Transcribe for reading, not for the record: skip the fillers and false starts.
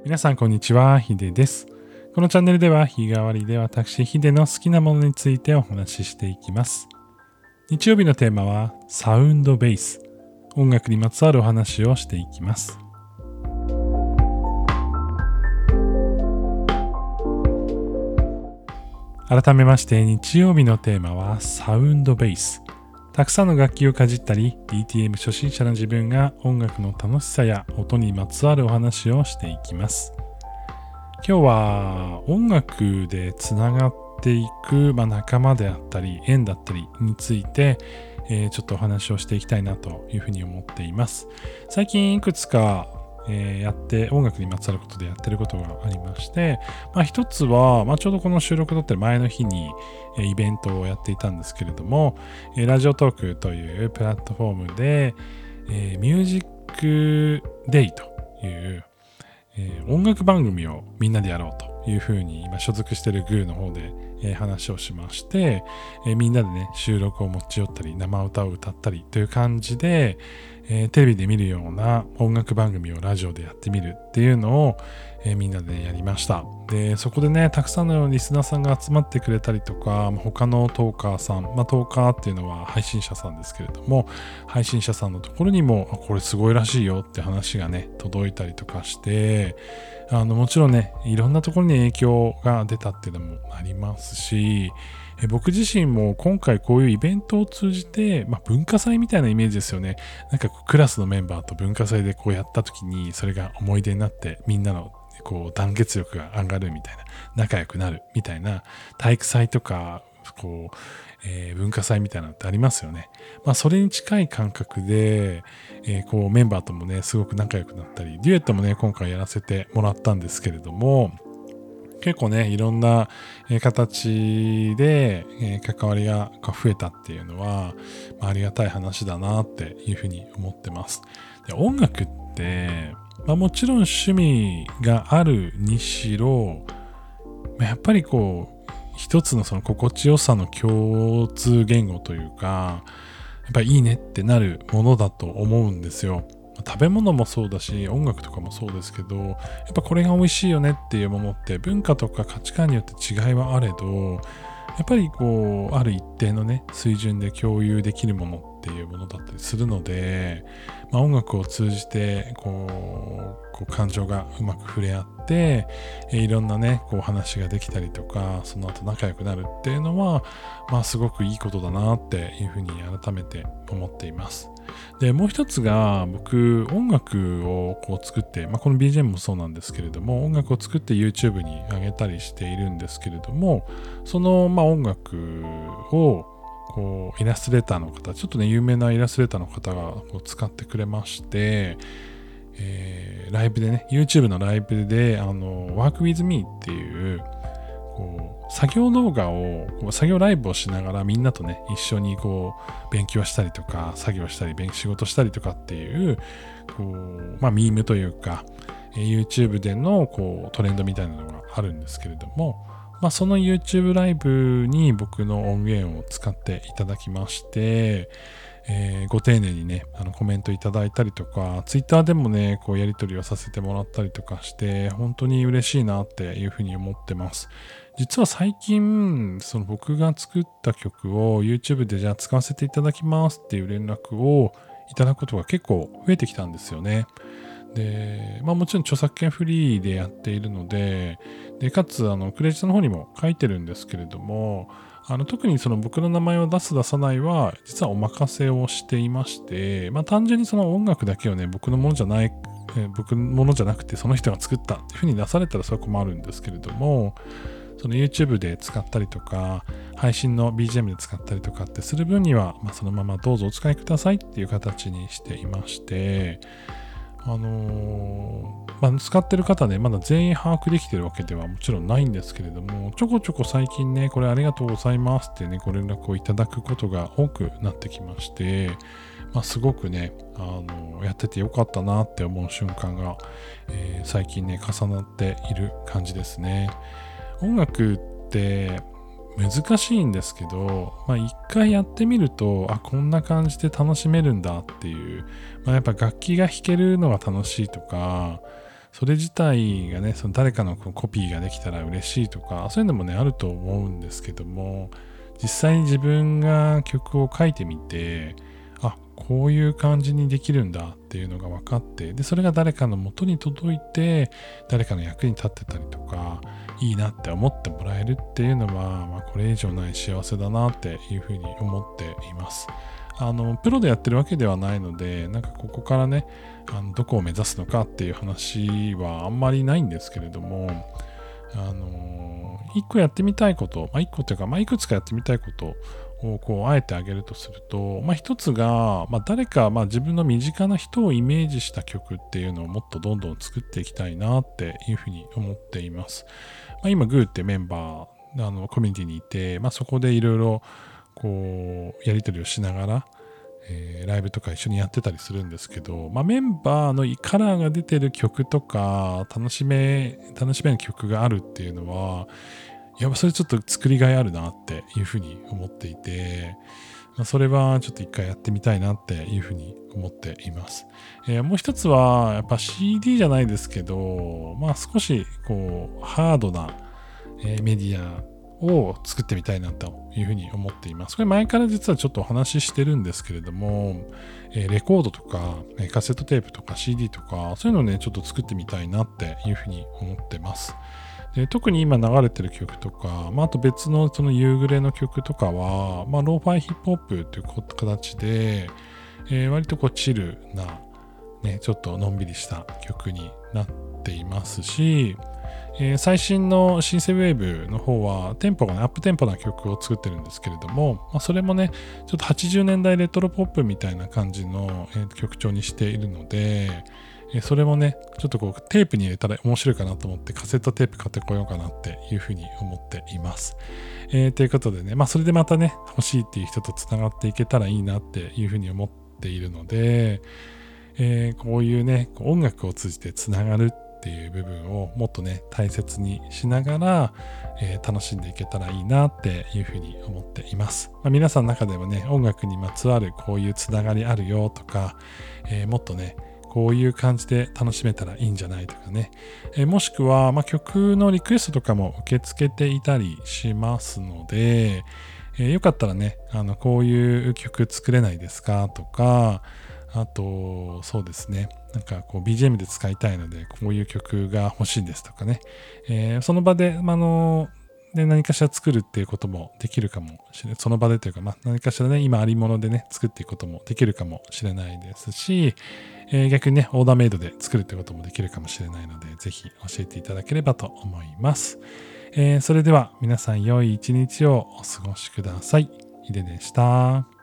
皆さんこんにちは、ヒデです。このチャンネルでは日替わりで私ヒデの好きなものについてお話ししていきます。日曜日のテーマはサウンドベース、音楽にまつわるお話をしていきます。改めまして日曜日のテーマはサウンドベース。たくさんの楽器をかじったり DTM 初心者の自分が音楽の楽しさや音にまつわるお話をしていきます。今日は音楽でつながっていく、仲間であったり縁だったりについて、ちょっとお話をしていきたいなというふうに思っています。最近いくつかやって音楽にまつわることでやってることがありまして、一つは、ちょうどこの収録だったり前の日にイベントをやっていたんですけれども、ラジオトークというプラットフォームで、ミュージックデイという、音楽番組をみんなでやろうというふうに今所属しているグーの方で、話をしまして、みんなでね収録を持ち寄ったり生歌を歌ったりという感じで、テレビで見るような音楽番組をラジオでやってみるっていうのを、みんなでやりました。でそこでねたくさんのリスナーさんが集まってくれたりとか、他のトーカーさん、トーカーっていうのは配信者さんですけれども、配信者さんのところにもこれすごいらしいよって話がね届いたりとかして、もちろんねいろんなところに影響が出たっていうのもありますし、僕自身も今回こういうイベントを通じて、文化祭みたいなイメージですよね。なんかクラスのメンバーと文化祭でこうやった時にそれが思い出になってみんなのこう団結力が上がるみたいな、仲良くなるみたいな体育祭とかこう、文化祭みたいなのってありますよね。それに近い感覚で、こうメンバーともねすごく仲良くなったり、デュエットもね今回やらせてもらったんですけれども、結構ねいろんな形で関わりが増えたっていうのはありがたい話だなっていうふうに思ってます。で音楽ってもちろん趣味があるにしろ、やっぱりこう一つのその心地よさの共通言語というか、やっぱりいいねってなるものだと思うんですよ。食べ物もそうだし音楽とかもそうですけど、やっぱこれが美味しいよねっていうものって文化とか価値観によって違いはあれど、やっぱりこうある一定のね水準で共有できるものっていうものだったりするので、音楽を通じてこう感情がうまく触れ合って、いろんなねこう話ができたりとか、その後仲良くなるっていうのはすごくいいことだなっていうふうに改めて思っています。でもう一つが、僕音楽をこう作って、この BGM もそうなんですけれども、音楽を作って YouTube に上げたりしているんですけれども、その音楽をこうイラストレーターの方、ちょっとね有名なイラストレーターの方がこう使ってくれまして、ライブでね YouTube のライブでWork with me っていうこう作業動画を作業ライブをしながらみんなとね一緒にこう勉強したりとか作業したり仕事したりとかっていうこうミームというか YouTube でのこうトレンドみたいなのがあるんですけれども、その YouTube ライブに僕の音源を使っていただきまして、ご丁寧にねコメントいただいたりとか、ツイッターでもねこうやり取りをさせてもらったりとかして、本当に嬉しいなっていうふうに思ってます。実は最近その僕が作った曲を YouTube でじゃあ使わせていただきますっていう連絡をいただくことが結構増えてきたんですよね。で、もちろん著作権フリーでやっているので、かつクレジットの方にも書いてるんですけれども、特にその僕の名前を出す出さないは実はお任せをしていまして、単純にその音楽だけをね僕のものじゃなくてその人が作ったっていう風に出されたらそれは困るんですけれども、その YouTube で使ったりとか配信の BGM で使ったりとかってする分には、そのままどうぞお使いくださいっていう形にしていまして、使ってる方ねまだ全員把握できてるわけではもちろんないんですけれども、ちょこちょこ最近ねこれありがとうございますってねご連絡をいただくことが多くなってきまして、すごくねやっててよかったなって思う瞬間が、最近ね重なっている感じですね。音楽って難しいんですけど、一回やってみるとこんな感じで楽しめるんだっていう、やっぱ楽器が弾けるのが楽しいとか、 それ自体がね、その誰かのコピーができたら嬉しいとか、そういうのもね、あると思うんですけども、実際に自分が曲を書いてみて、こういう感じにできるんだっていうのが分かって、で、それが誰かの元に届いて、誰かの役に立ってたりとか、いいなって思ってもらえるっていうのは、これ以上ない幸せだなっていうふうに思っています。プロでやってるわけではないので、なんかここからね、どこを目指すのかっていう話はあんまりないんですけれども、一個やってみたいこと、一個というか、いくつかやってみたいことをあえてあげるとすると、一つが、誰か、自分の身近な人をイメージした曲っていうのをもっとどんどん作っていきたいなっていうふうに思っています。今、グーってメンバー、コミュニティにいて、そこでいろいろ、やり取りをしながら、ライブとか一緒にやってたりするんですけど、メンバーのカラーが出てる曲とか、楽しめる曲があるっていうのは、それちょっと作りがいあるなっていうふうに思っていて、それはちょっと一回やってみたいなっていうふうに思っています。もう一つは、やっぱ CD じゃないですけど、少しハードな、メディアを作ってみたいなというふうに思っています。これ前から実はちょっとお話ししてるんですけれども、レコードとか、カセットテープとか CD とか、そういうのをね、ちょっと作ってみたいなっていうふうに思ってます。で特に今流れてる曲とか、あと別のその夕暮れの曲とかは、ローファイヒップホップという形で、割とチルな、ね、ちょっとのんびりした曲になっていますし、最新のシンセウェーブの方はテンポがね、アップテンポな曲を作ってるんですけれども、それもね、ちょっと80年代レトロポップみたいな感じの、曲調にしているので、それもね、ちょっとテープに入れたら面白いかなと思ってカセットテープ買ってこようかなっていうふうに思っています。ということでね、それでまたね、欲しいっていう人とつながっていけたらいいなっていうふうに思っているので、こういうね、音楽を通じてつながるっていう部分をもっとね、大切にしながら、楽しんでいけたらいいなっていうふうに思っています。皆さんの中でもね、音楽にまつわるこういうつながりあるよとか、もっとね、こういう感じで楽しめたらいいんじゃないとかね。もしくは、曲のリクエストとかも受け付けていたりしますので、よかったらね、こういう曲作れないですかとか、あと、そうですね。なんかBGM で使いたいので、こういう曲が欲しいんですとかね。その場で、何かしら作るっていうこともできるかもしれない。その場でというか、何かしらね、今ありものでね、作っていくこともできるかもしれないですし、逆にね、オーダーメイドで作るってこともできるかもしれないので、ぜひ教えていただければと思います。それでは皆さん良い一日をお過ごしください。ヒデでした。